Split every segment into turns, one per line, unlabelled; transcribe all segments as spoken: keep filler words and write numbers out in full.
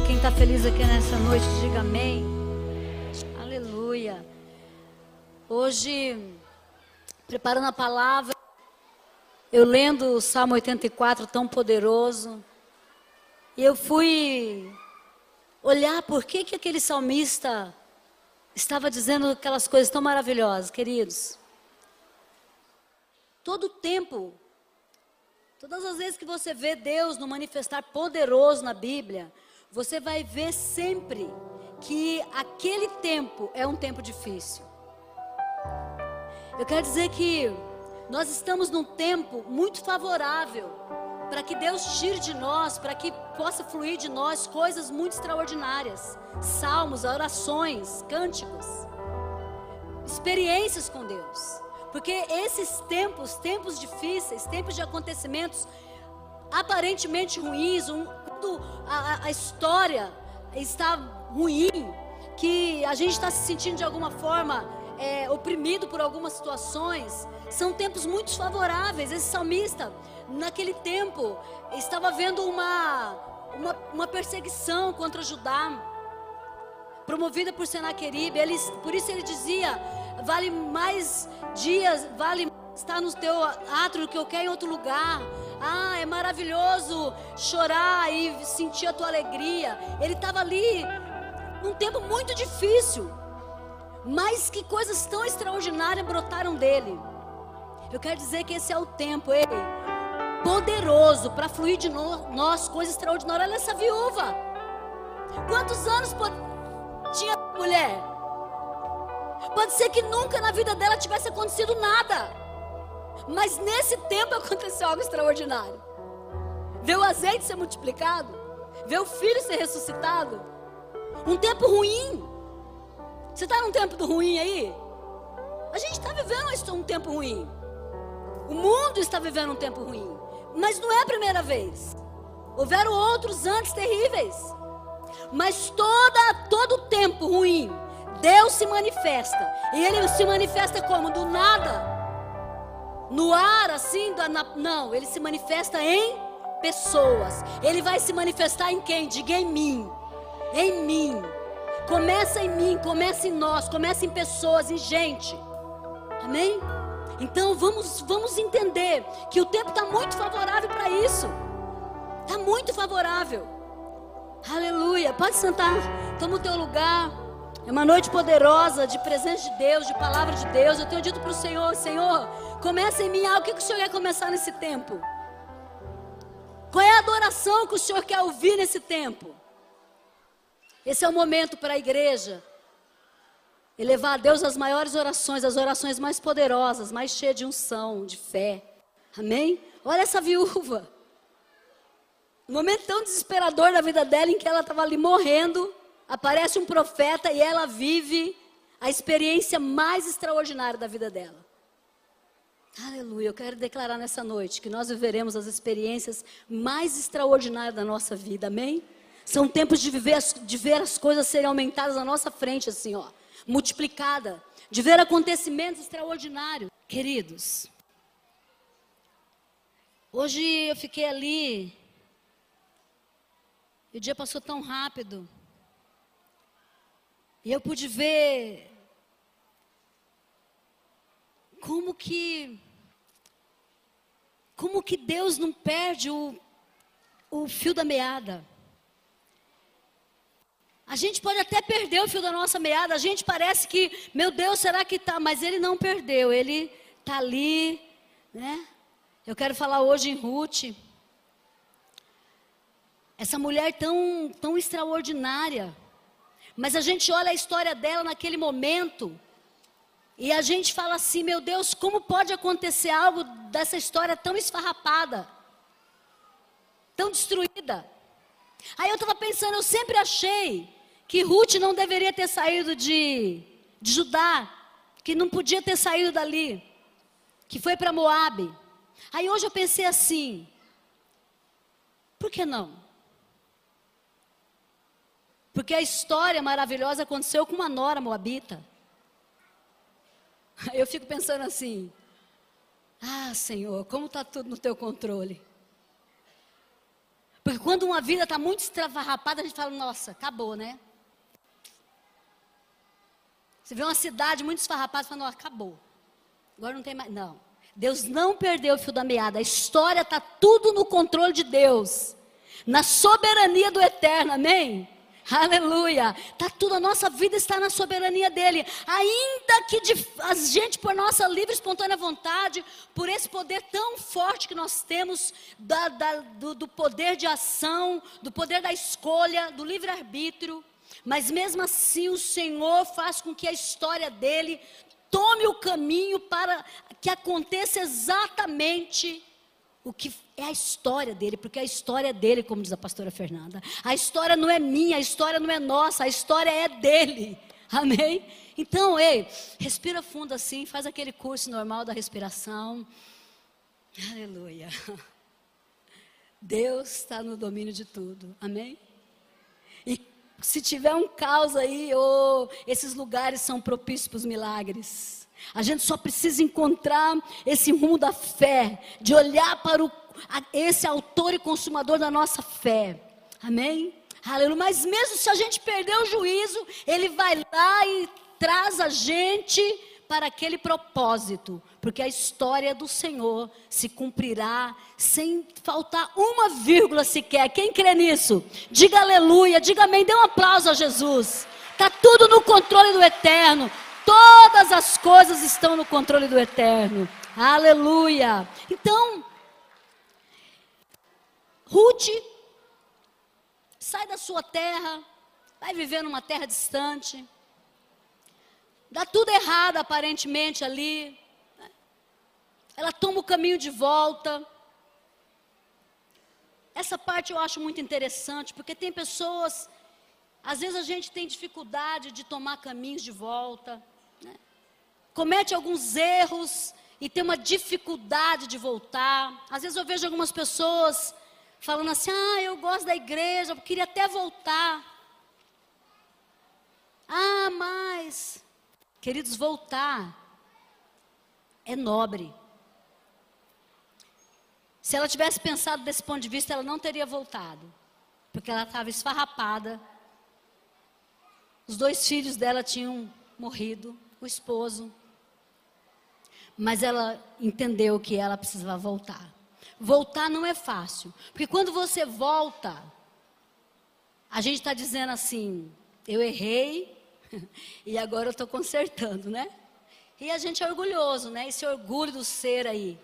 Quem está feliz aqui nessa noite, diga amém. Aleluia. Hoje, preparando a palavra, eu lendo o Salmo oitenta e quatro, tão poderoso, e eu fui olhar por que que aquele salmista estava dizendo aquelas coisas tão maravilhosas, queridos. Todo o tempo, todas as vezes que você vê Deus no manifestar poderoso na Bíblia, você vai ver sempre que aquele tempo é um tempo difícil. Eu quero dizer que nós estamos num tempo muito favorável para que Deus tire de nós, para que possa fluir de nós coisas muito extraordinárias. Salmos, orações, cânticos, experiências com Deus. Porque esses tempos, tempos difíceis, tempos de acontecimentos aparentemente ruins, um, quando a, a história está ruim, que a gente está se sentindo de alguma forma é, oprimido por algumas situações, são tempos muito favoráveis. Esse salmista, naquele tempo, estava vendo uma, uma, uma perseguição contra Judá, promovida por Senaqueribe. Ele, por isso ele dizia: vale mais dias, vale estar no teu átrio do que eu quero em outro lugar. Ah, é maravilhoso chorar e sentir a tua alegria. Ele estava ali num tempo muito difícil, mas que coisas tão extraordinárias brotaram dele. Eu quero dizer que esse é o tempo, ei, poderoso para fluir de no, nós coisas extraordinárias. Olha essa viúva, quantos anos tinha a mulher? Pode ser que nunca na vida dela tivesse acontecido nada, mas nesse tempo aconteceu algo extraordinário. Ver o azeite ser multiplicado, ver o filho ser ressuscitado. Um tempo ruim. Você está num tempo do ruim aí? A gente está vivendo um tempo ruim. O mundo está vivendo um tempo ruim, mas não é a primeira vez. Houveram outros antes terríveis, mas toda, todo tempo ruim, Deus se manifesta. E Ele se manifesta como? Do nada, no ar assim, não, Ele se manifesta em pessoas. Ele vai se manifestar em quem? Diga em mim. Em mim. Começa em mim, começa em nós, começa em pessoas, em gente. Amém? Então vamos, vamos entender que o tempo está muito favorável para isso. Está muito favorável. Aleluia. Pode sentar, toma o teu lugar. É uma noite poderosa de presença de Deus, de palavra de Deus. Eu tenho dito para o Senhor: Senhor, começa em mim algo. O que, que o Senhor quer começar nesse tempo? Qual é a adoração que o Senhor quer ouvir nesse tempo? Esse é o momento para a igreja elevar a Deus as maiores orações, as orações mais poderosas, mais cheias de unção, de fé. Amém? Olha essa viúva. Um momento tão desesperador da vida dela, em que ela estava ali morrendo. Aparece um profeta e ela vive a experiência mais extraordinária da vida dela. Aleluia. Eu quero declarar nessa noite que nós viveremos as experiências mais extraordinárias da nossa vida. Amém? São tempos de, viver as, de ver as coisas serem aumentadas na nossa frente, assim, ó, multiplicada, de ver acontecimentos extraordinários. Queridos, hoje eu fiquei ali e o dia passou tão rápido. E eu pude ver como que, como que Deus não perde o, o fio da meada. A gente pode até perder o fio da nossa meada. A gente parece que, meu Deus, será que está? Mas Ele não perdeu, Ele está ali, né? Eu quero falar hoje em Ruth. Essa mulher tão, tão extraordinária. Mas a gente olha a história dela naquele momento e a gente fala assim: meu Deus, como pode acontecer algo dessa história tão esfarrapada, tão destruída? Aí eu estava pensando, eu sempre achei que Ruth não deveria ter saído de, de Judá, que não podia ter saído dali, que foi para Moabe. Aí hoje eu pensei assim: por que não? Porque a história maravilhosa aconteceu com uma nora moabita. Eu fico pensando assim: ah, Senhor, como está tudo no teu controle. Porque quando uma vida está muito estrafarrapada, a gente fala, nossa, acabou, né? Você vê uma cidade muito esfarrapada, você fala, nossa, acabou. Agora não tem mais, não. Deus não perdeu o fio da meada. A história está tudo no controle de Deus. Na soberania do Eterno, amém? Aleluia. Está tudo, a nossa vida está na soberania dEle. Ainda que de, a gente, por nossa livre e espontânea vontade, por esse poder tão forte que nós temos, da, da, do, do poder de ação, do poder da escolha, do livre-arbítrio, mas mesmo assim o Senhor faz com que a história dEle tome o caminho para que aconteça exatamente o que é a história dele, porque a história é dele, como diz a pastora Fernanda. A história não é minha, a história não é nossa, a história é dele. Amém? Então, ei, respira fundo assim, faz aquele curso normal da respiração. Aleluia. Deus está no domínio de tudo. Amém? E se tiver um caos aí, oh, esses lugares são propícios para os milagres. A gente só precisa encontrar esse rumo da fé, de olhar para o, a, esse autor e consumador da nossa fé. Amém? Aleluia. Mas mesmo se a gente perder o juízo, Ele vai lá e traz a gente para aquele propósito. Porque a história do Senhor se cumprirá sem faltar uma vírgula sequer. Quem crê nisso? Diga aleluia, diga amém, dê um aplauso a Jesus. Está tudo no controle do Eterno. Todas as coisas estão no controle do Eterno. Aleluia. Então, Ruth, sai da sua terra, vai viver numa terra distante. Dá tudo errado aparentemente ali. Ela toma o caminho de volta. Essa parte eu acho muito interessante, porque tem pessoas, às vezes a gente tem dificuldade de tomar caminhos de volta, né? Comete alguns erros e tem uma dificuldade de voltar. Às vezes eu vejo algumas pessoas falando assim, ah, eu gosto da igreja, eu queria até voltar. Ah, mas, queridos, voltar é nobre. Se ela tivesse pensado desse ponto de vista, ela não teria voltado. Porque ela estava esfarrapada. Os dois filhos dela tinham morrido, o esposo. Mas ela entendeu que ela precisava voltar. Voltar não é fácil. Porque quando você volta, a gente está dizendo assim, eu errei e agora eu estou consertando, né? E a gente é orgulhoso, né? Esse orgulho do ser aí.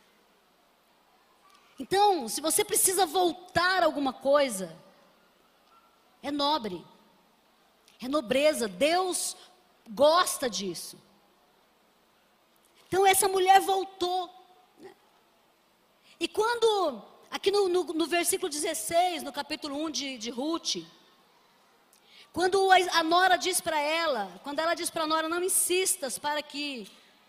Então, se você precisa voltar a alguma coisa, é nobre, é nobreza, Deus gosta disso. Então, essa mulher voltou, né? E quando, aqui no, no, no versículo dezesseis, no capítulo um de, de Ruth, quando a, a nora diz para ela, quando ela diz para a nora, não insistas para que,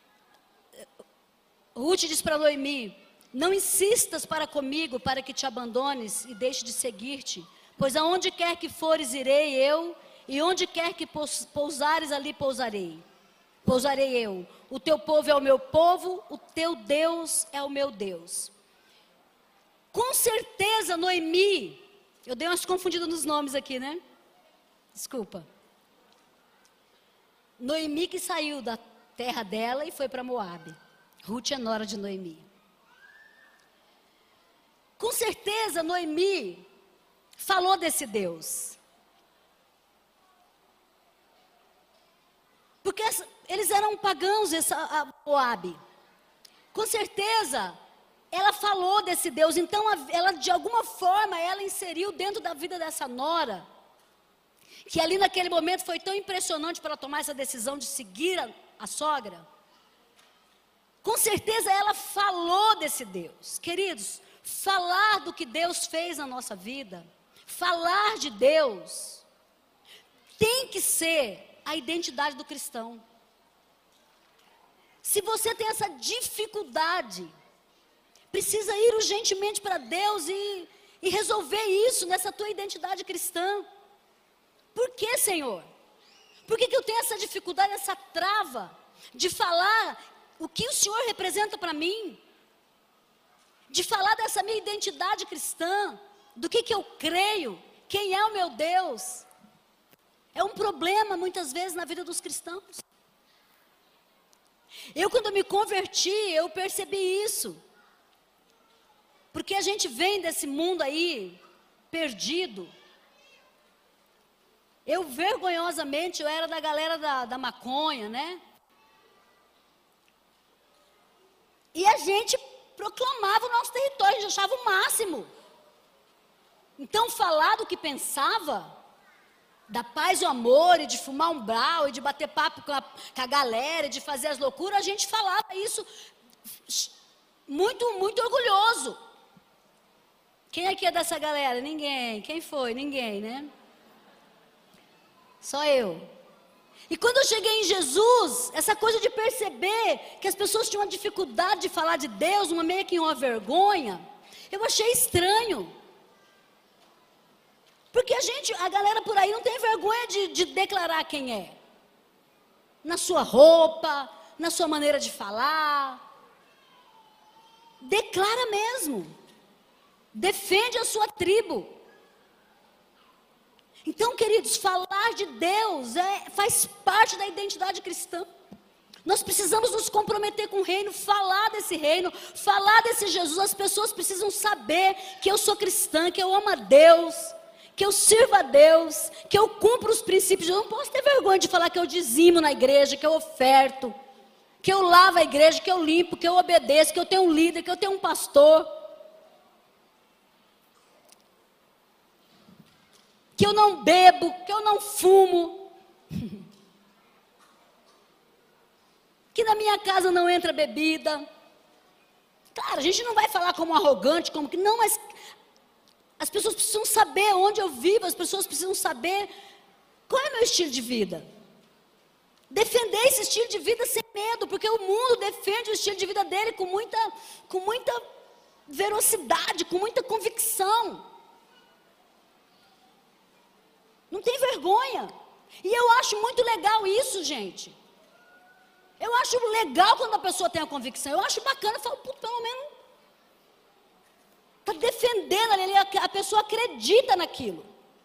Ruth diz para Noemi, não insistas para comigo, para que te abandones e deixe de seguir-te, pois aonde quer que fores, irei eu, e onde quer que pousares, ali pousarei. Pousarei eu. O teu povo é o meu povo, o teu Deus é o meu Deus. Com certeza, Noemi, eu dei umas confundidas nos nomes aqui, né? Desculpa. Noemi que saiu da terra dela e foi para Moabe. Ruth é nora de Noemi. Com certeza, Noemi falou desse Deus. Porque essa, eles eram pagãos, essa, a Moabe. Com certeza, ela falou desse Deus. Então, a, ela, de alguma forma, ela inseriu dentro da vida dessa nora, que ali naquele momento foi tão impressionante para ela tomar essa decisão de seguir a, a sogra. Com certeza, ela falou desse Deus. Queridos, falar do que Deus fez na nossa vida, falar de Deus, tem que ser a identidade do cristão. Se você tem essa dificuldade, precisa ir urgentemente para Deus e, e resolver isso nessa tua identidade cristã. Por que, Senhor? Por que, que eu tenho essa dificuldade, essa trava de falar o que o Senhor representa para mim? De falar dessa minha identidade cristã, do que, que eu creio, quem é o meu Deus. É um problema muitas vezes na vida dos cristãos. Eu, quando me converti, eu percebi isso. Porque a gente vem desse mundo aí, perdido. Eu, vergonhosamente, eu era da galera da, da maconha, né? E a gente proclamava o nosso território, a gente achava o máximo. Então, falar do que pensava, da paz e o amor, e de fumar um brau, e de bater papo com a, com a galera, e de fazer as loucuras, a gente falava isso muito, muito orgulhoso. Quem aqui é dessa galera? Ninguém. Quem foi? Ninguém, né? Só eu. E quando eu cheguei em Jesus, essa coisa de perceber que as pessoas tinham uma dificuldade de falar de Deus, uma meio que uma vergonha, eu achei estranho. Porque a gente, a galera por aí não tem vergonha de, de declarar quem é. Na sua roupa, na sua maneira de falar. Declara mesmo. Defende a sua tribo. Então, queridos, falar de Deus é, faz parte da identidade cristã. Nós precisamos nos comprometer com o reino, falar desse reino, falar desse Jesus. As pessoas precisam saber que eu sou cristã, que eu amo a Deus, que eu sirvo a Deus, que eu cumpro os princípios. Eu não posso ter vergonha de falar que eu dizimo na igreja, que eu oferto, que eu lavo a igreja, que eu limpo, que eu obedeço, que eu tenho um líder, que eu tenho um pastor, que eu não bebo, que eu não fumo, que na minha casa não entra bebida. Claro, a gente não vai falar como arrogante, como que não, mas as pessoas precisam saber onde eu vivo, as pessoas precisam saber qual é o meu estilo de vida. Defender esse estilo de vida sem medo, porque o mundo defende o estilo de vida dele com muita, com muita velocidade, com muita convicção. Não tem vergonha. E eu acho muito legal isso, gente. Eu acho legal quando a pessoa tem a convicção. Eu acho bacana, eu falo, pelo menos está defendendo ali, a pessoa acredita naquilo.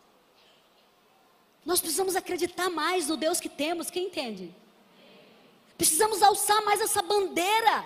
Nós precisamos acreditar mais no Deus que temos, quem entende? Precisamos alçar mais essa bandeira.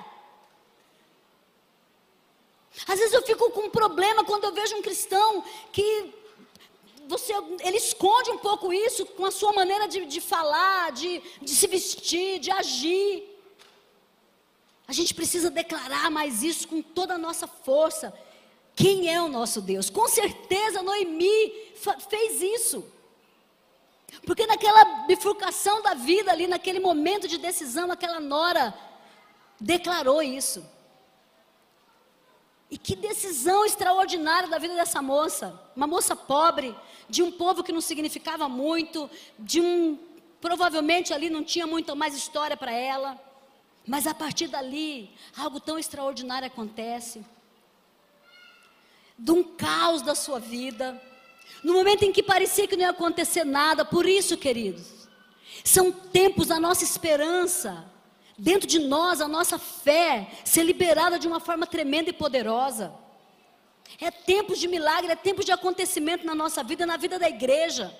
Às vezes eu fico com um problema quando eu vejo um cristão que você, ele esconde um pouco isso com a sua maneira de, de falar, de, de se vestir, de agir. A gente precisa declarar mais isso com toda a nossa força. Quem é o nosso Deus? Com certeza Noemi fez isso. Porque naquela bifurcação da vida ali, naquele momento de decisão, aquela nora declarou isso. E que decisão extraordinária da vida dessa moça. Uma moça pobre, de um povo que não significava muito, de um, provavelmente ali não tinha muito mais história para ela. Mas a partir dali, algo tão extraordinário acontece. De um caos da sua vida. No momento em que parecia que não ia acontecer nada. Por isso, queridos, são tempos da nossa esperança, dentro de nós, a nossa fé ser liberada de uma forma tremenda e poderosa. É tempos de milagre, é tempos de acontecimento na nossa vida, na vida da igreja.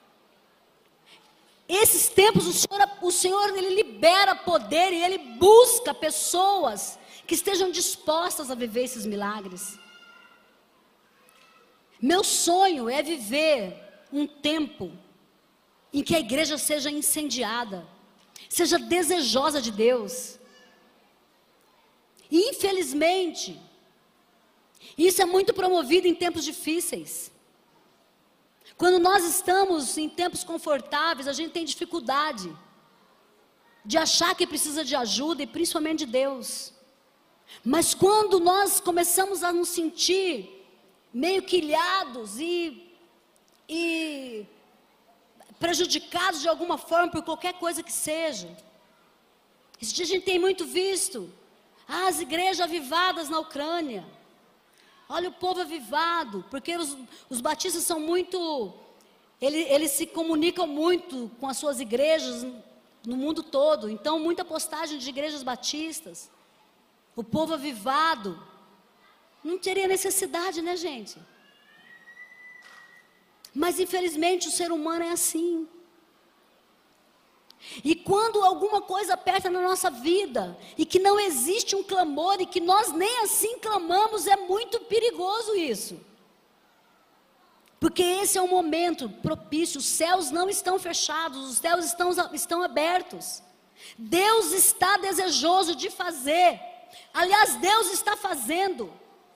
Esses tempos o Senhor, o Senhor ele libera poder e Ele busca pessoas que estejam dispostas a viver esses milagres. Meu sonho é viver um tempo em que a igreja seja incendiada, seja desejosa de Deus. E infelizmente, isso é muito promovido em tempos difíceis. Quando nós estamos em tempos confortáveis, a gente tem dificuldade de achar que precisa de ajuda e principalmente de Deus. Mas quando nós começamos a nos sentir meio que ilhados e, e prejudicados de alguma forma por qualquer coisa que seja. Esse dia a gente tem muito visto ah, as igrejas avivadas na Ucrânia. Olha o povo avivado, porque os, os batistas são muito, eles, eles se comunicam muito com as suas igrejas no mundo todo. Então muita postagem de igrejas batistas. O povo avivado. Não teria necessidade, né, gente? Mas infelizmente o ser humano é assim. E quando alguma coisa aperta na nossa vida, e que não existe um clamor, e que nós nem assim clamamos, é muito perigoso isso. Porque esse é um momento propício, os céus não estão fechados, os céus estão, estão abertos. Deus está desejoso de fazer, aliás, Deus está fazendo.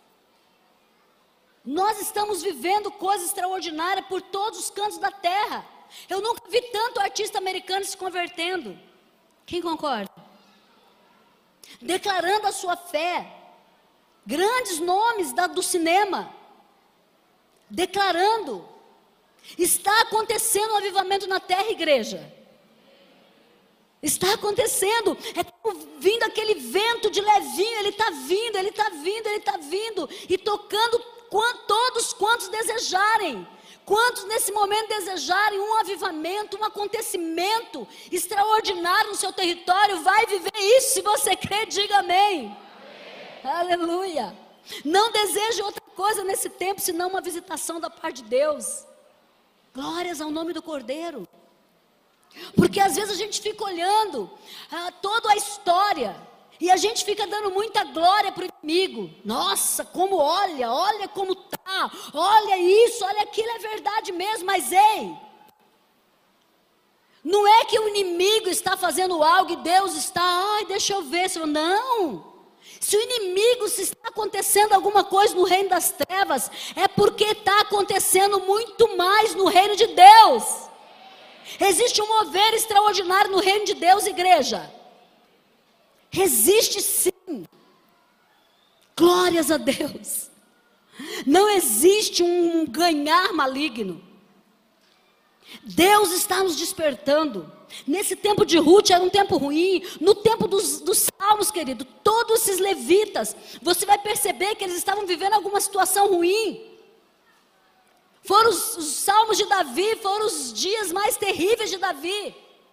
Nós estamos vivendo coisas extraordinárias por todos os cantos da terra. Eu nunca vi tanto artista americano se convertendo. Quem concorda? Declarando a sua fé. Grandes nomes da, do cinema. Declarando. Está acontecendo um avivamento na terra, igreja. Está acontecendo. É como vindo aquele vento de levinho. Ele está vindo, ele está vindo, ele está vindo. E tocando todos quantos desejarem. Quantos nesse momento desejarem um avivamento, um acontecimento extraordinário no seu território, vai viver isso. Se você crê, diga amém. Amém. Aleluia. Não deseje outra coisa nesse tempo, senão uma visitação da parte de Deus. Glórias ao nome do Cordeiro. Porque às vezes a gente fica olhando ah, toda a história, e a gente fica dando muita glória para o inimigo. Nossa, como olha, olha como tá, olha isso, olha aquilo, é verdade mesmo. Mas ei, não é que o inimigo está fazendo algo e Deus está, ai, deixa eu ver, Senhor. Não, se o inimigo, se está acontecendo alguma coisa no reino das trevas, é porque está acontecendo muito mais no reino de Deus. Existe um mover extraordinário no reino de Deus, igreja. Existe sim. Glórias a Deus. Não existe um ganhar maligno. Deus está nos despertando. Nesse tempo de Ruth era um tempo ruim. No tempo dos, dos salmos, querido, todos esses levitas, você vai perceber que eles estavam vivendo alguma situação ruim. Foram os, os salmos de Davi, foram os dias mais terríveis de Davi.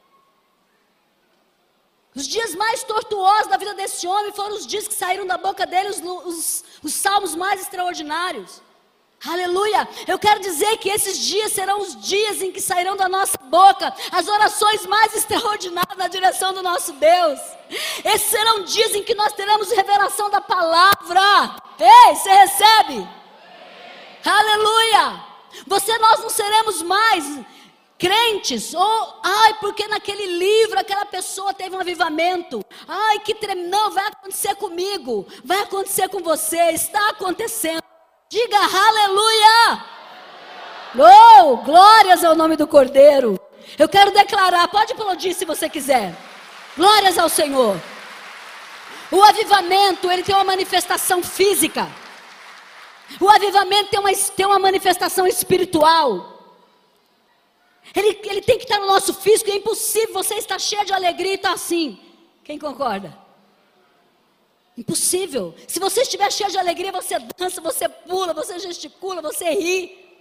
Os dias mais tortuosos da vida desse homem foram os dias que saíram da boca dele, os, os, os salmos mais extraordinários. Aleluia! Eu quero dizer que esses dias serão os dias em que sairão da nossa boca as orações mais extraordinárias na direção do nosso Deus. Esses serão dias em que nós teremos revelação da palavra. Ei, você recebe? Amém. Aleluia! Você, nós não seremos mais crentes, ou, ai, porque naquele livro aquela pessoa teve um avivamento, ai, que tremendo, não, vai acontecer comigo, vai acontecer com você, está acontecendo, diga aleluia, oh, glórias ao nome do Cordeiro. Eu quero declarar, pode aplaudir se você quiser, glórias ao Senhor. O avivamento, ele tem uma manifestação física, o avivamento tem uma, tem uma manifestação espiritual. Ele, ele tem que estar no nosso físico. É impossível você estar cheio de alegria e estar assim. Quem concorda? Impossível. Se você estiver cheio de alegria, você dança, você pula, você gesticula, você ri.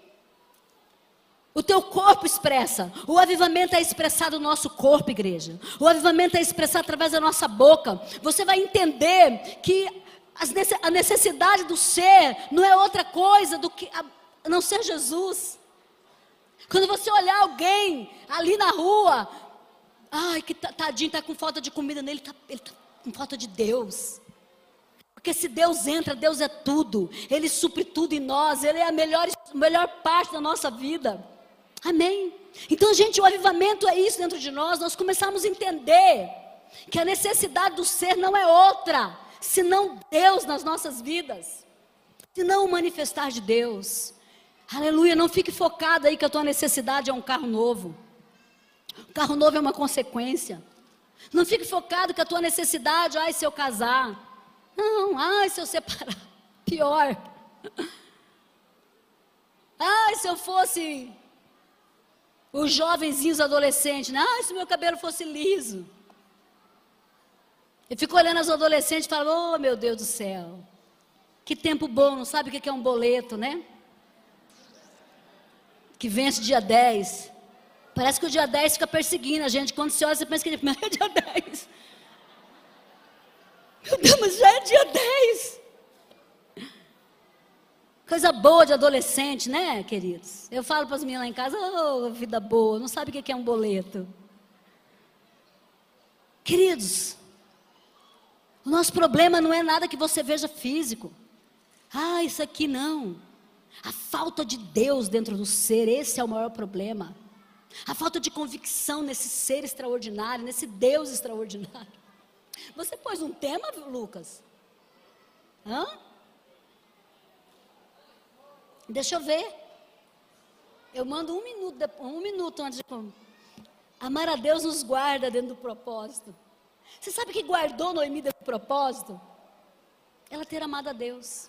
O teu corpo expressa. O avivamento é expressado no nosso corpo, igreja. O avivamento é expressado através da nossa boca. Você vai entender que a necessidade do ser não é outra coisa do que a, a não ser Jesus. Quando você olhar alguém ali na rua, ai, que tadinho, está com falta de comida nele, tá, ele está com falta de Deus. Porque se Deus entra, Deus é tudo. Ele supre tudo em nós, Ele é a melhor, a melhor parte da nossa vida. Amém? Então, gente, o avivamento é isso dentro de nós. Nós começamos a entender que a necessidade do ser não é outra, senão Deus nas nossas vidas. Senão o manifestar de Deus. Aleluia, não fique focado aí que a tua necessidade é um carro novo. O carro novo é uma consequência. Não fique focado que a tua necessidade, ai, se eu casar. Não, ai, se eu separar. Pior. Ai, se eu fosse os jovenzinhos adolescentes, né? Ai, se meu cabelo fosse liso. Eu fico olhando as adolescentes e falo, oh, meu Deus do céu. Que tempo bom, não sabe o que é um boleto, né? Que vence dia dez. Parece que o dia dez fica perseguindo a gente. Quando você olha, você pensa que é dia dez. Meu Deus, mas já é dia dez. Coisa boa de adolescente, né, queridos? Eu falo para as meninas lá em casa, oh, vida boa, não sabe o que é um boleto. Queridos, o nosso problema não é nada que você veja físico. Ah, isso aqui não. A falta de Deus dentro do ser, esse é o maior problema. A falta de convicção nesse ser extraordinário, nesse Deus extraordinário. Você pôs um tema, Lucas? Hã? Deixa eu ver. Eu mando um minuto, um minuto antes de... Amar a Deus nos guarda dentro do propósito. Você sabe que guardou Noemi dentro do propósito? Ela ter amado a Deus.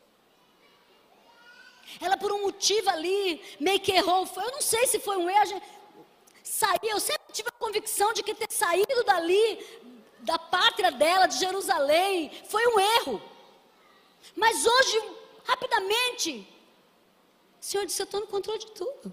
Ela por um motivo ali, meio que errou. Eu não sei se foi um erro. Saiu, eu sempre tive a convicção de que ter saído dali, da pátria dela, de Jerusalém, foi um erro. Mas hoje, rapidamente, o Senhor disse, eu estou no controle de tudo.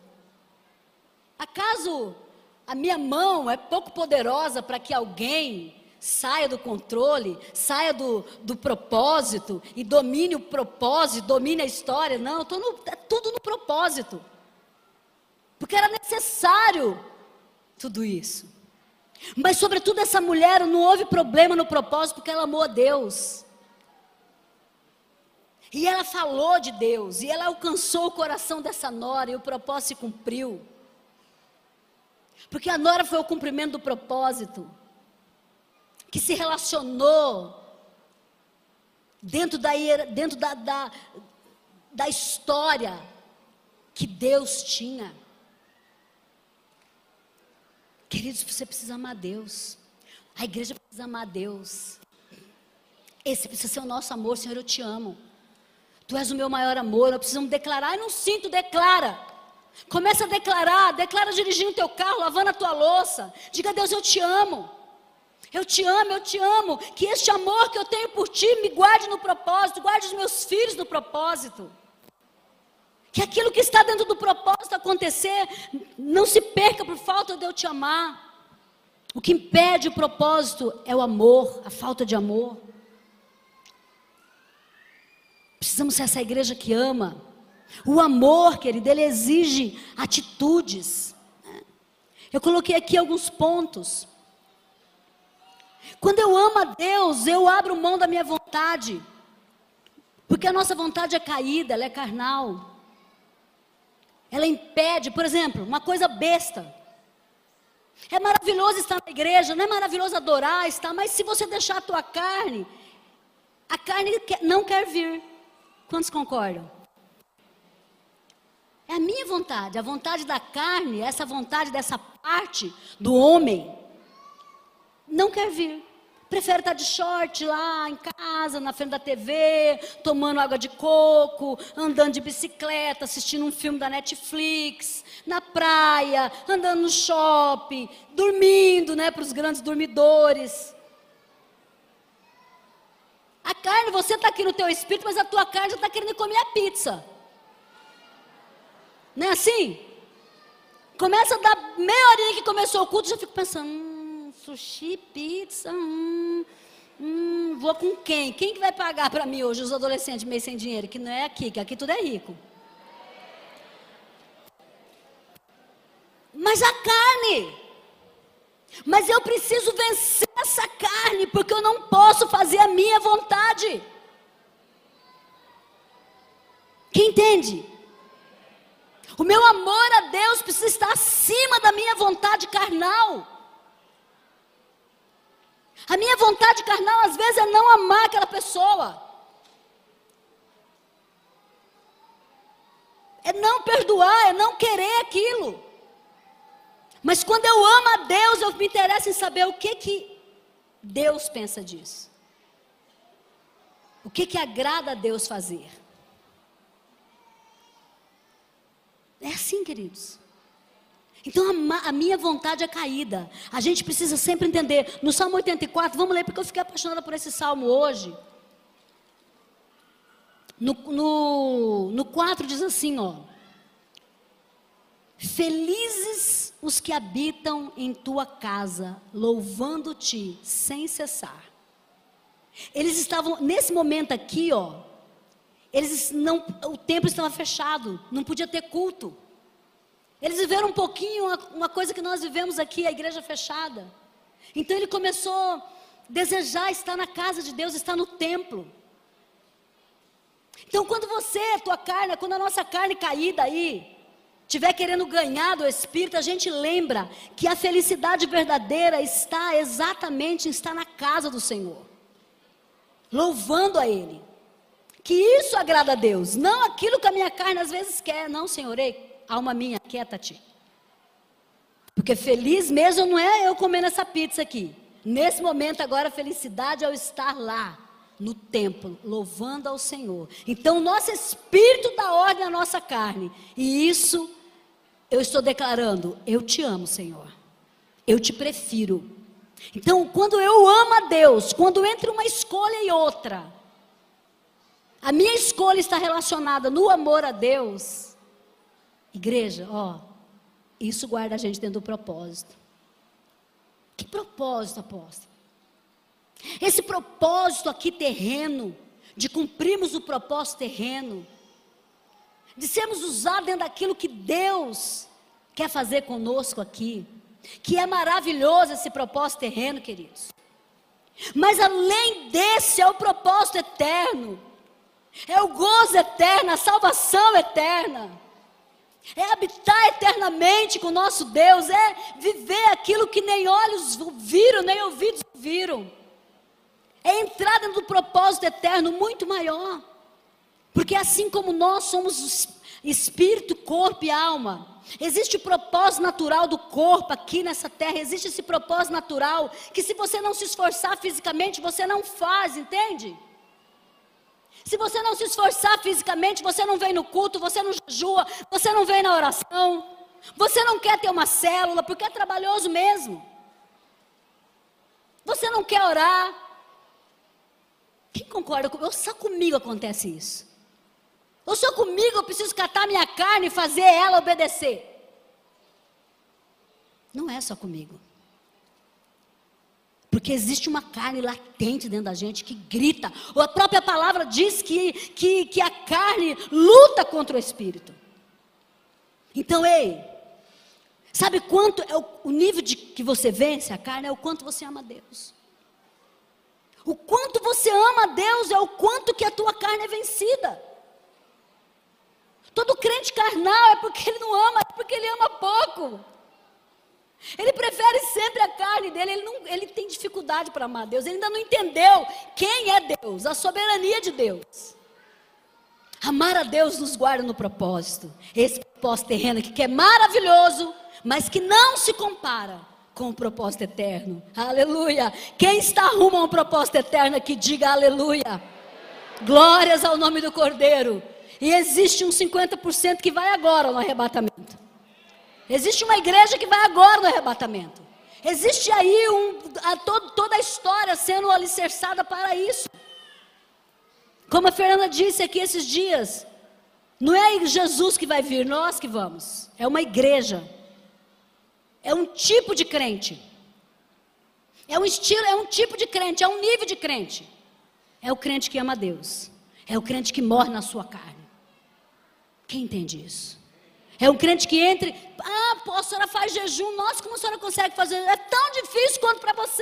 Acaso a minha mão é pouco poderosa para que alguém saia do controle, saia do, do propósito e domine o propósito, domine a história? Não, eu estou no, é tudo no propósito. Porque era necessário tudo isso. Mas sobretudo essa mulher não houve problema no propósito porque ela amou a Deus. E ela falou de Deus, e ela alcançou o coração dessa nora, e o propósito se cumpriu. Porque a nora foi o cumprimento do propósito, que se relacionou dentro da, dentro da, da, da história que Deus tinha. Queridos, você precisa amar a Deus. A igreja precisa amar a Deus. Esse precisa ser o nosso amor. Senhor, eu te amo. Tu és o meu maior amor. Nós precisamos declarar. Eu não sinto, declara. Começa a declarar. Declara dirigindo o teu carro, lavando a tua louça. Diga a Deus, eu te amo. Eu te amo, eu te amo. Que este amor que eu tenho por ti me guarde no propósito. Guarde os meus filhos no propósito. Que aquilo que está dentro do propósito acontecer, não se perca por falta de eu te amar. O que impede o propósito é o amor, a falta de amor. Precisamos ser essa igreja que ama. O amor, querido, ele exige atitudes. Eu coloquei aqui alguns pontos. Quando eu amo a Deus, eu abro mão da minha vontade. Porque a nossa vontade é caída, ela é carnal. Ela impede, por exemplo, uma coisa besta. É maravilhoso estar na igreja, não é maravilhoso adorar, estar, mas se você deixar a tua carne, a carne não quer vir. Quantos concordam? É a minha vontade, a vontade da carne, essa vontade dessa parte do homem, não quer vir. Prefere estar de short lá em casa, na frente da T V, tomando água de coco, andando de bicicleta, assistindo um filme da Netflix, na praia, andando no shopping, dormindo, né, para os grandes dormidores. A carne, você está aqui no teu espírito, mas a tua carne já está querendo comer a pizza. Não é assim? Começa a dar meia horinha que começou o culto, já fico pensando, hum, sushi, pizza, hum, hum, vou com quem? Quem que vai pagar para mim hoje, os adolescentes meio sem dinheiro? Que não é aqui, que aqui tudo é rico. Mas a carne, mas eu preciso vencer essa carne, porque eu não posso fazer a minha vontade. Quem entende? O meu amor a Deus precisa estar acima da minha vontade carnal. A minha vontade carnal às vezes é não amar aquela pessoa. É não perdoar, é não querer aquilo. Mas quando eu amo a Deus, eu me interesso em saber o que que Deus pensa disso. O que que agrada a Deus fazer. É assim, queridos. Então a, a minha vontade é caída. A gente precisa sempre entender. No Salmo oitenta e quatro, vamos ler, porque eu fiquei apaixonada por esse salmo hoje. No, no, no quatro diz assim, ó. Felizes os que habitam em tua casa, louvando-te sem cessar. Eles estavam, nesse momento aqui, ó, eles não, o templo estava fechado, não podia ter culto. Eles viveram um pouquinho uma, uma coisa que nós vivemos aqui, a igreja fechada. Então ele começou a desejar estar na casa de Deus, estar no templo. Então quando você, tua carne, quando a nossa carne caída aí, estiver querendo ganhar do Espírito, a gente lembra que a felicidade verdadeira está exatamente em estar na casa do Senhor, louvando a Ele. Que isso agrada a Deus, não aquilo que a minha carne às vezes quer. Não, Senhor, ei, alma minha, quieta-te. Porque feliz mesmo não é eu comendo essa pizza aqui. Nesse momento agora a felicidade é eu estar lá, no templo, louvando ao Senhor. Então o nosso espírito dá ordem à nossa carne. E isso eu estou declarando, eu te amo, Senhor. Eu te prefiro. Então quando eu amo a Deus, quando entre uma escolha e outra, a minha escolha está relacionada no amor a Deus. Igreja, ó, isso guarda a gente dentro do propósito. Que propósito, apóstolo? Esse propósito aqui terreno, de cumprirmos o propósito terreno, de sermos usados dentro daquilo que Deus quer fazer conosco aqui, que é maravilhoso esse propósito terreno, queridos. Mas além desse é o propósito eterno, é o gozo eterno, a salvação eterna, é habitar eternamente com o nosso Deus, é viver aquilo que nem olhos viram, nem ouvidos viram, é entrar dentro do propósito eterno muito maior, porque assim como nós somos espírito, corpo e alma, existe o propósito natural do corpo aqui nessa terra, existe esse propósito natural, que se você não se esforçar fisicamente, você não faz, entende? Se você não se esforçar fisicamente, você não vem no culto, você não jejua, você não vem na oração, você não quer ter uma célula, porque é trabalhoso mesmo. Você não quer orar. Quem concorda comigo? Ou só comigo acontece isso? Ou só comigo eu preciso catar minha carne e fazer ela obedecer? Não é só comigo. Porque existe uma carne latente dentro da gente que grita. Ou a própria palavra diz que, que, que a carne luta contra o espírito. Então, ei, sabe quanto é o, o nível de que você vence a carne? É o quanto você ama a Deus. O quanto você ama a Deus é o quanto que a tua carne é vencida. Todo crente carnal é porque ele não ama, é porque ele ama pouco. Ele prefere sempre a carne dele, ele, não, ele tem dificuldade para amar a Deus, ele ainda não entendeu quem é Deus, a soberania de Deus. Amar a Deus nos guarda no propósito, esse propósito terreno aqui que é maravilhoso, mas que não se compara com o propósito eterno. Aleluia! Quem está rumo a um propósito eterno aqui, diga aleluia. Glórias ao nome do Cordeiro. E existe um cinquenta por cento que vai agora no arrebatamento. Existe uma igreja que vai agora no arrebatamento. Existe aí um, a todo, toda a história sendo alicerçada para isso. Como a Fernanda disse aqui esses dias, não é Jesus que vai vir, nós que vamos. É uma igreja. É um tipo de crente. É um estilo, é um tipo de crente, é um nível de crente. É o crente que ama a Deus. É o crente que morre na sua carne. Quem entende isso? É um crente que entre, ah, pô, a senhora faz jejum, nossa, como a senhora consegue fazer? É tão difícil quanto para você.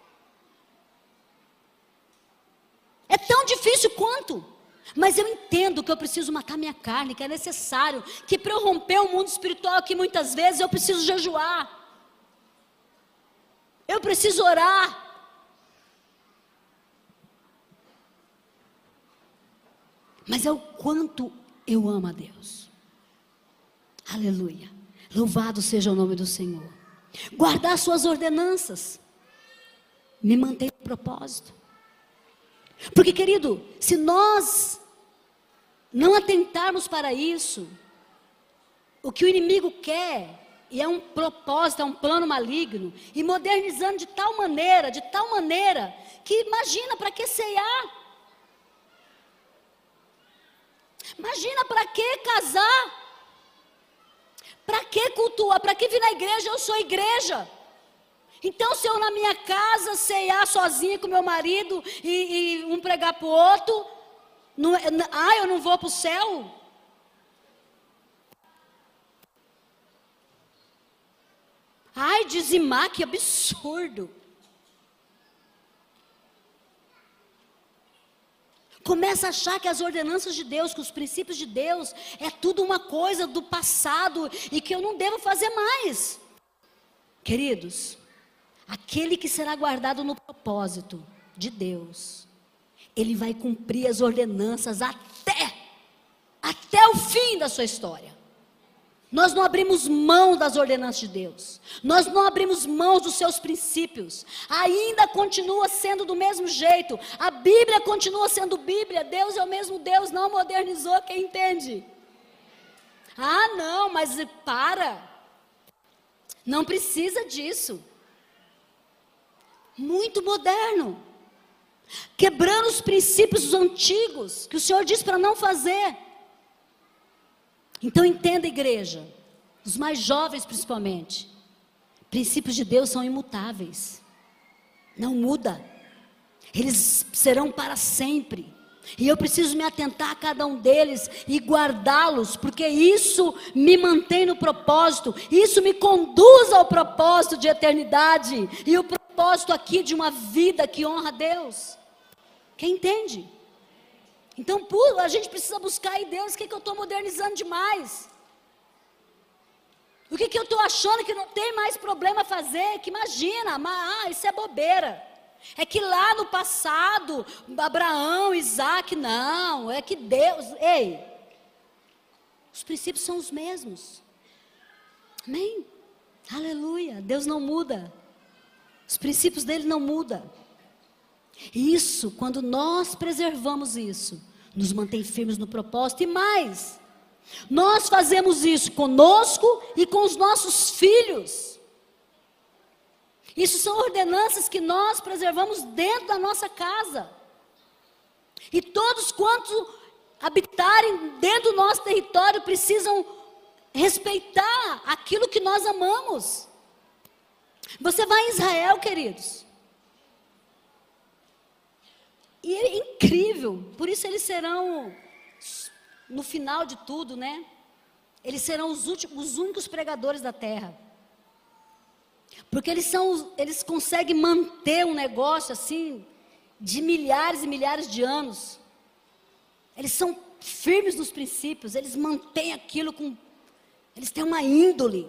É tão difícil quanto. Mas eu entendo que eu preciso matar minha carne, que é necessário, que para eu romper o mundo espiritual aqui muitas vezes eu preciso jejuar. Eu preciso orar. Mas é o quanto eu amo a Deus. Aleluia. Louvado seja o nome do Senhor. Guardar suas ordenanças me mantém no propósito. Porque, querido, se nós não atentarmos para isso, o que o inimigo quer, e é um propósito, é um plano maligno, e modernizando de tal maneira, de tal maneira, que imagina para que ceiar? Imagina para que casar? Para que cultuar? Para que vir na igreja? Eu sou igreja. Então, se eu na minha casa ceiar sozinha com meu marido e, e um pregar para o outro, Não, é- n- ah, eu não vou para o céu? Ai, dizimar, que absurdo. Começa a achar que as ordenanças de Deus, que os princípios de Deus, é tudo uma coisa do passado e que eu não devo fazer mais. Queridos, aquele que será guardado no propósito de Deus, ele vai cumprir as ordenanças até, até o fim da sua história. Nós não abrimos mão das ordenanças de Deus. Nós não abrimos mão dos seus princípios. Ainda continua sendo do mesmo jeito. A Bíblia continua sendo Bíblia. Deus é o mesmo Deus, não modernizou, quem entende? Ah, não, mas para. Não precisa disso. Muito moderno. Quebrando os princípios antigos, que o Senhor disse para não fazer. Então entenda, igreja, os mais jovens principalmente, princípios de Deus são imutáveis, não muda, eles serão para sempre, e eu preciso me atentar a cada um deles e guardá-los, porque isso me mantém no propósito, isso me conduz ao propósito de eternidade, e o propósito aqui de uma vida que honra a Deus. Quem entende? Então, a gente precisa buscar em Deus o que, que eu estou modernizando demais. O que, que eu estou achando que não tem mais problema fazer, que imagina, mas, ah, isso é bobeira. É que lá no passado, Abraão, Isaac, não, é que Deus, ei, os princípios são os mesmos. Amém? Aleluia, Deus não muda. Os princípios dele não mudam. Isso, quando nós preservamos isso, nos mantém firmes no propósito. E mais, nós fazemos isso conosco e com os nossos filhos. Isso são ordenanças que nós preservamos dentro da nossa casa. E todos quantos habitarem dentro do nosso território precisam respeitar aquilo que nós amamos. Você vai em Israel, queridos. E é incrível, por isso eles serão, no final de tudo, né? Eles serão os, últimos, os únicos pregadores da terra. Porque eles, são, eles conseguem manter um negócio assim, de milhares e milhares de anos. Eles são firmes nos princípios, eles mantêm aquilo com... Eles têm uma índole.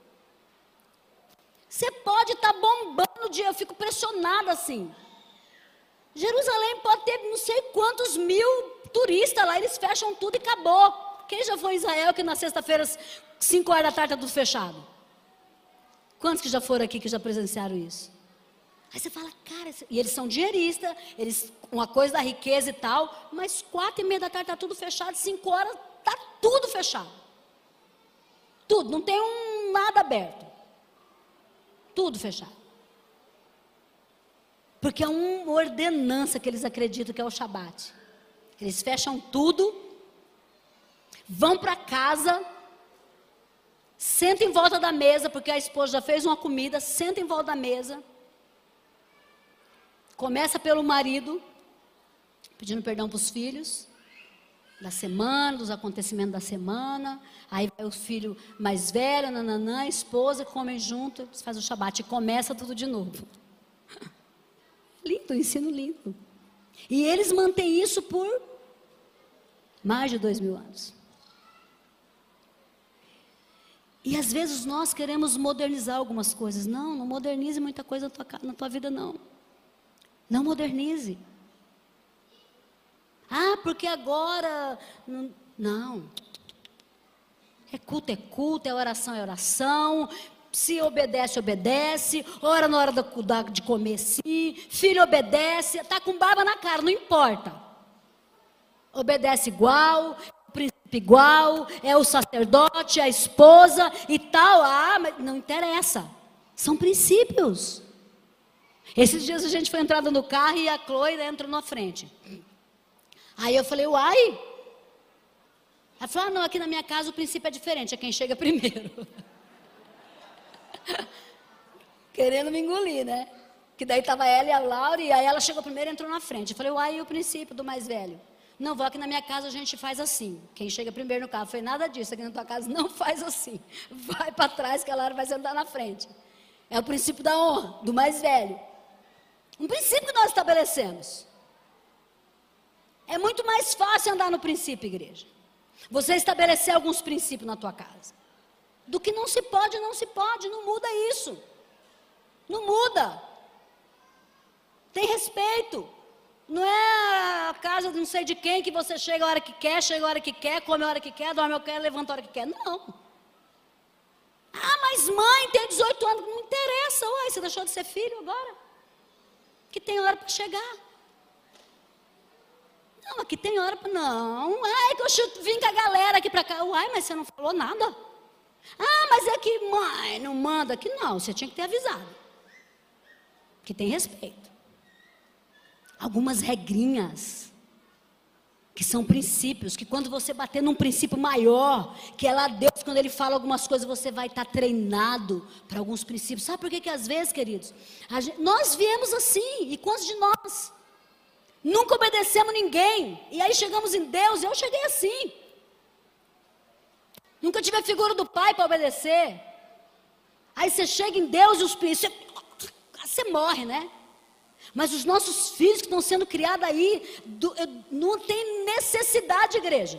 Você pode estar bombando o dia, eu fico pressionada assim. Jerusalém pode ter não sei quantos mil turistas lá, eles fecham tudo e acabou. Quem já foi em Israel que na sexta-feira, cinco horas da tarde, está tudo fechado? Quantos que já foram aqui que já presenciaram isso? Aí você fala, cara, e eles são dinheiristas, eles, uma coisa da riqueza e tal, mas quatro e meia da tarde está tudo fechado, cinco horas está tudo fechado. Tudo, não tem um nada aberto. Tudo fechado. Porque é uma ordenança que eles acreditam que é o Shabat. Eles fecham tudo, vão para casa, sentam em volta da mesa, porque a esposa já fez uma comida, senta em volta da mesa, começa pelo marido, pedindo perdão para os filhos, da semana, dos acontecimentos da semana, aí vai o filho mais velho, nananã, a esposa, comem junto, eles fazem o Shabat e começa tudo de novo. Lindo, ensino lindo. E eles mantêm isso por mais de dois mil anos. E às vezes nós queremos modernizar algumas coisas. Não, não modernize muita coisa na tua, na tua vida, não. Não modernize. Ah, porque agora... Não, não. É culto, é culto, é oração, é oração... Se obedece, obedece. Ora na hora de comer, sim. Filho obedece. Está com barba na cara, não importa. Obedece igual, o príncipe igual, é o sacerdote, a esposa e tal. Ah, mas não interessa. São princípios. Esses dias a gente foi entrando no carro e a Chloe entrou na frente. Aí eu falei, uai. Ela falou, ah, não, aqui na minha casa o princípio é diferente, é quem chega primeiro. Querendo me engolir, né? Que daí estava ela e a Laura, e aí ela chegou primeiro e entrou na frente. Eu falei, uai, e o princípio do mais velho? Não, vou aqui na minha casa, a gente faz assim. Quem chega primeiro no carro, foi nada disso, aqui na tua casa não faz assim. Vai para trás que a Lara vai sentar na frente. É o princípio da honra, do mais velho. Um princípio que nós estabelecemos. É muito mais fácil andar no princípio, igreja. Você estabelecer alguns princípios na tua casa. Do que não se pode, não se pode, não muda isso. Não muda. Tem respeito. Não é a casa de não sei de quem que você chega a hora que quer, chega a hora que quer, come a hora que quer, dorme a hora que quer, levanta a hora que quer. Não. Ah, mas mãe, tem dezoito anos, não interessa. Uai, você deixou de ser filho agora? Que tem hora para chegar. Não, aqui tem hora para... Não, ai, que eu vim com a galera aqui para cá. Uai, mas você não falou nada. Ah, mas é que mãe, não manda aqui. Não, você tinha que ter avisado. Que tem respeito. Algumas regrinhas, que são princípios, que quando você bater num princípio maior, que é lá Deus, quando Ele fala algumas coisas, você vai estar treinado para alguns princípios. Sabe por que que às vezes, queridos, gente, nós viemos assim, e quantos de nós nunca obedecemos ninguém, e aí chegamos em Deus, eu cheguei assim, nunca tive a figura do pai para obedecer, aí você chega em Deus e os princípios, você morre, né? Mas os nossos filhos que estão sendo criados aí, do, não tem necessidade, igreja.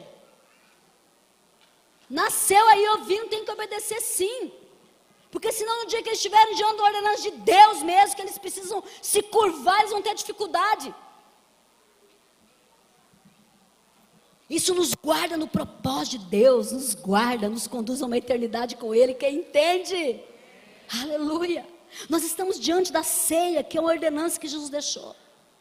Nasceu aí ouvindo, tem que obedecer sim. Porque senão no dia que eles estiverem diante da ordenança de Deus mesmo, que eles precisam se curvar, eles vão ter dificuldade. Isso nos guarda no propósito de Deus, nos guarda, nos conduz a uma eternidade com Ele, quem entende? Aleluia. Nós estamos diante da ceia, que é uma ordenança que Jesus deixou.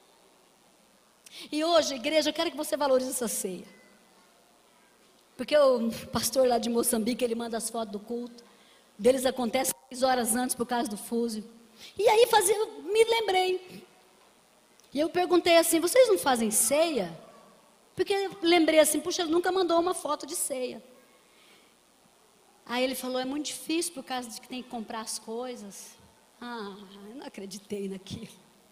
E hoje, igreja, eu quero que você valorize essa ceia. Porque o pastor lá de Moçambique, ele manda as fotos do culto. Deles acontece seis horas antes por causa do fuso. E aí fazia, eu me lembrei. E eu perguntei assim, vocês não fazem ceia? Porque eu lembrei assim, puxa, ele nunca mandou uma foto de ceia. Aí ele falou, é muito difícil por causa de que tem que comprar as coisas. Ah, eu não acreditei naquilo.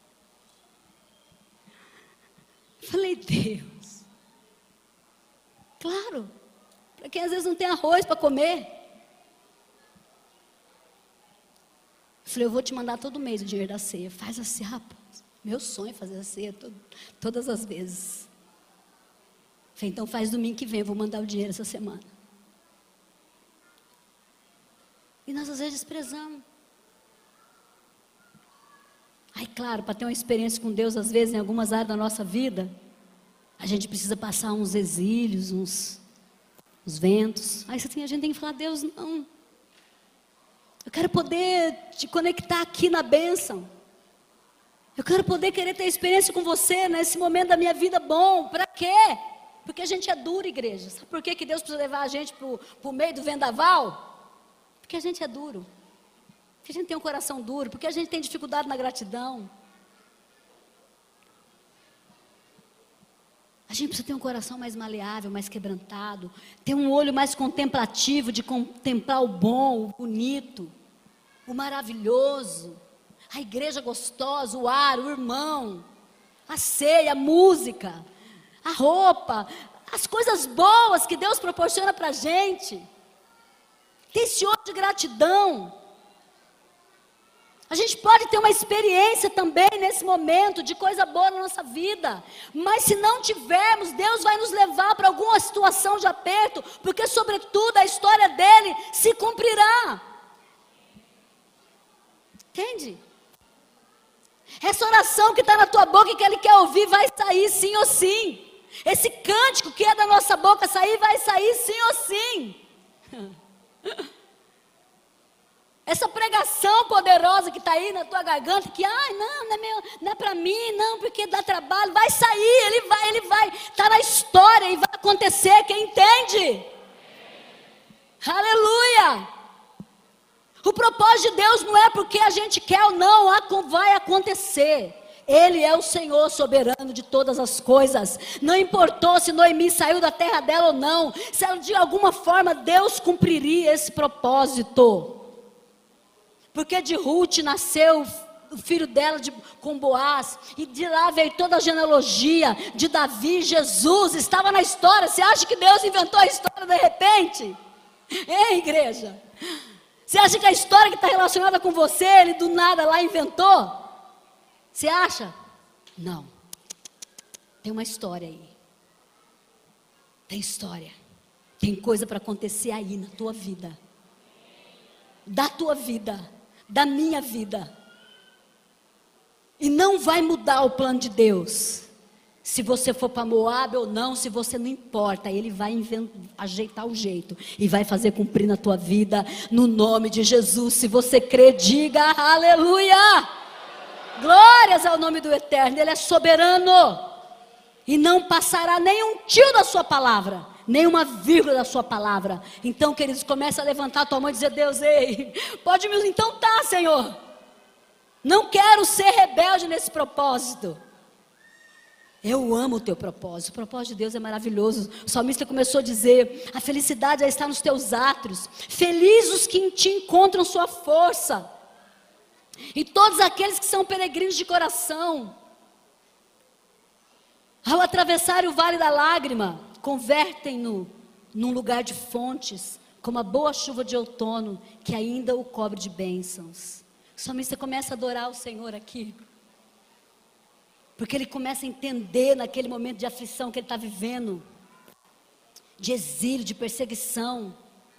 Falei, Deus. Claro, para quem às vezes não tem arroz para comer. Falei, eu vou te mandar todo mês o dinheiro da ceia. Faz a ceia, rapaz. Meu sonho é fazer a ceia todo, todas as vezes. Falei, então faz domingo que vem, eu vou mandar o dinheiro essa semana. E nós às vezes desprezamos. Aí, claro, para ter uma experiência com Deus, às vezes, em algumas áreas da nossa vida, a gente precisa passar uns exílios, uns, uns ventos. Aí a gente tem que falar, Deus, não. Eu quero poder te conectar aqui na bênção. Eu quero poder querer ter experiência com você nesse momento da minha vida bom. Para quê? Porque a gente é duro, igreja. Sabe por que que Deus precisa levar a gente para o meio do vendaval? Porque a gente é duro. Porque a gente tem um coração duro, porque a gente tem dificuldade na gratidão. A gente precisa ter um coração mais maleável, mais quebrantado, ter um olho mais contemplativo, de contemplar o bom, o bonito, o maravilhoso, a igreja gostosa, o ar, o irmão, a ceia, a música, a roupa, as coisas boas que Deus proporciona para a gente. Ter esse olho de gratidão. A gente pode ter uma experiência também nesse momento de coisa boa na nossa vida, mas se não tivermos, Deus vai nos levar para alguma situação de aperto, porque sobretudo a história dele se cumprirá. Entende? Essa oração que está na tua boca e que ele quer ouvir vai sair sim ou sim. Esse cântico que é da nossa boca sair, vai sair sim ou sim. Essa pregação poderosa que está aí na tua garganta, que, ai, não, não é, meu, não é para mim, não, porque dá trabalho, vai sair, ele vai, ele vai, está na história e vai acontecer, quem entende? Aleluia! O propósito de Deus não é porque a gente quer ou não, vai acontecer. Ele é o Senhor soberano de todas as coisas. Não importou se Noemi saiu da terra dela ou não, se ela, de alguma forma Deus cumpriria esse propósito. Porque de Ruth nasceu o filho dela de, com Boaz, e de lá veio toda a genealogia de Davi, Jesus, estava na história. Você acha que Deus inventou a história de repente? Ei, igreja, você acha que a história que está relacionada com você, ele do nada lá inventou? Você acha? Não, tem uma história aí, tem história, tem coisa para acontecer aí na tua vida, da tua vida, da minha vida. E não vai mudar o plano de Deus, se você for para Moab ou não, se você não importa, Ele vai inventar, ajeitar o jeito, e vai fazer cumprir na tua vida, no nome de Jesus. Se você crê, diga aleluia, glórias ao nome do Eterno. Ele é soberano, e não passará nem um tio da sua palavra, nem uma vírgula da sua palavra. Então, queridos, começa a levantar a tua mão e dizer: Deus, ei, pode me, então tá, Senhor, não quero ser rebelde nesse propósito. Eu amo o teu propósito. O propósito de Deus é maravilhoso. O salmista começou a dizer: a felicidade já está nos teus átrios. Felizes os que em ti encontram sua força. E todos aqueles que são peregrinos de coração, ao atravessar o vale da lágrima, convertem-no num lugar de fontes, como a boa chuva de outono, que ainda o cobre de bênçãos. O salmista começa a adorar o Senhor aqui, porque ele começa a entender naquele momento de aflição que ele está vivendo, de exílio, de perseguição,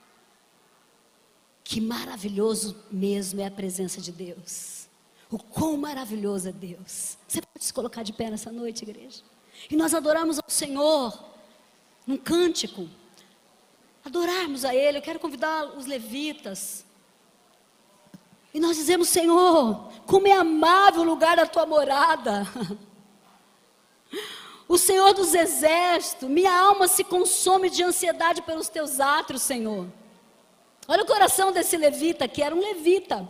que maravilhoso mesmo é a presença de Deus. O quão maravilhoso é Deus. Você pode se colocar de pé nessa noite, igreja? E nós adoramos ao Senhor, num cântico, adorarmos a Ele. Eu quero convidar os levitas, e nós dizemos: Senhor, como é amável o lugar da tua morada. O Senhor dos exércitos, minha alma se consome de ansiedade pelos teus átrios, Senhor. Olha o coração desse levita, que era um levita.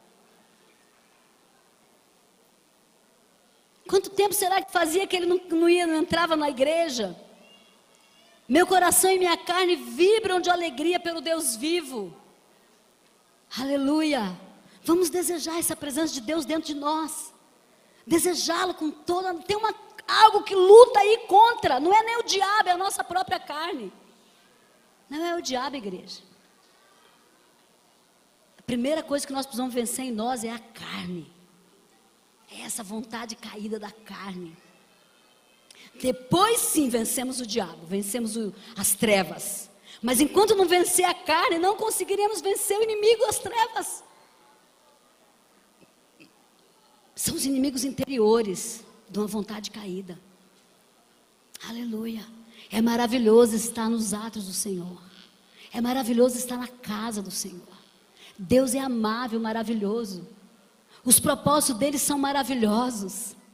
Quanto tempo será que fazia que ele não, não, ia, não entrava na igreja? Meu coração e minha carne vibram de alegria pelo Deus vivo. Aleluia. Vamos desejar essa presença de Deus dentro de nós. Desejá-lo com toda... Tem uma, algo que luta aí contra. Não é nem o diabo, é a nossa própria carne. Não é o diabo, igreja. A primeira coisa que nós precisamos vencer em nós é a carne. É essa vontade caída da carne. Depois sim vencemos o diabo, vencemos o, as trevas. Mas enquanto não vencer a carne, não conseguiremos vencer o inimigo das trevas. São os inimigos interiores de uma vontade caída. Aleluia. É maravilhoso estar nos atos do Senhor. É maravilhoso estar na casa do Senhor. Deus é amável, maravilhoso. Os propósitos dele são maravilhosos.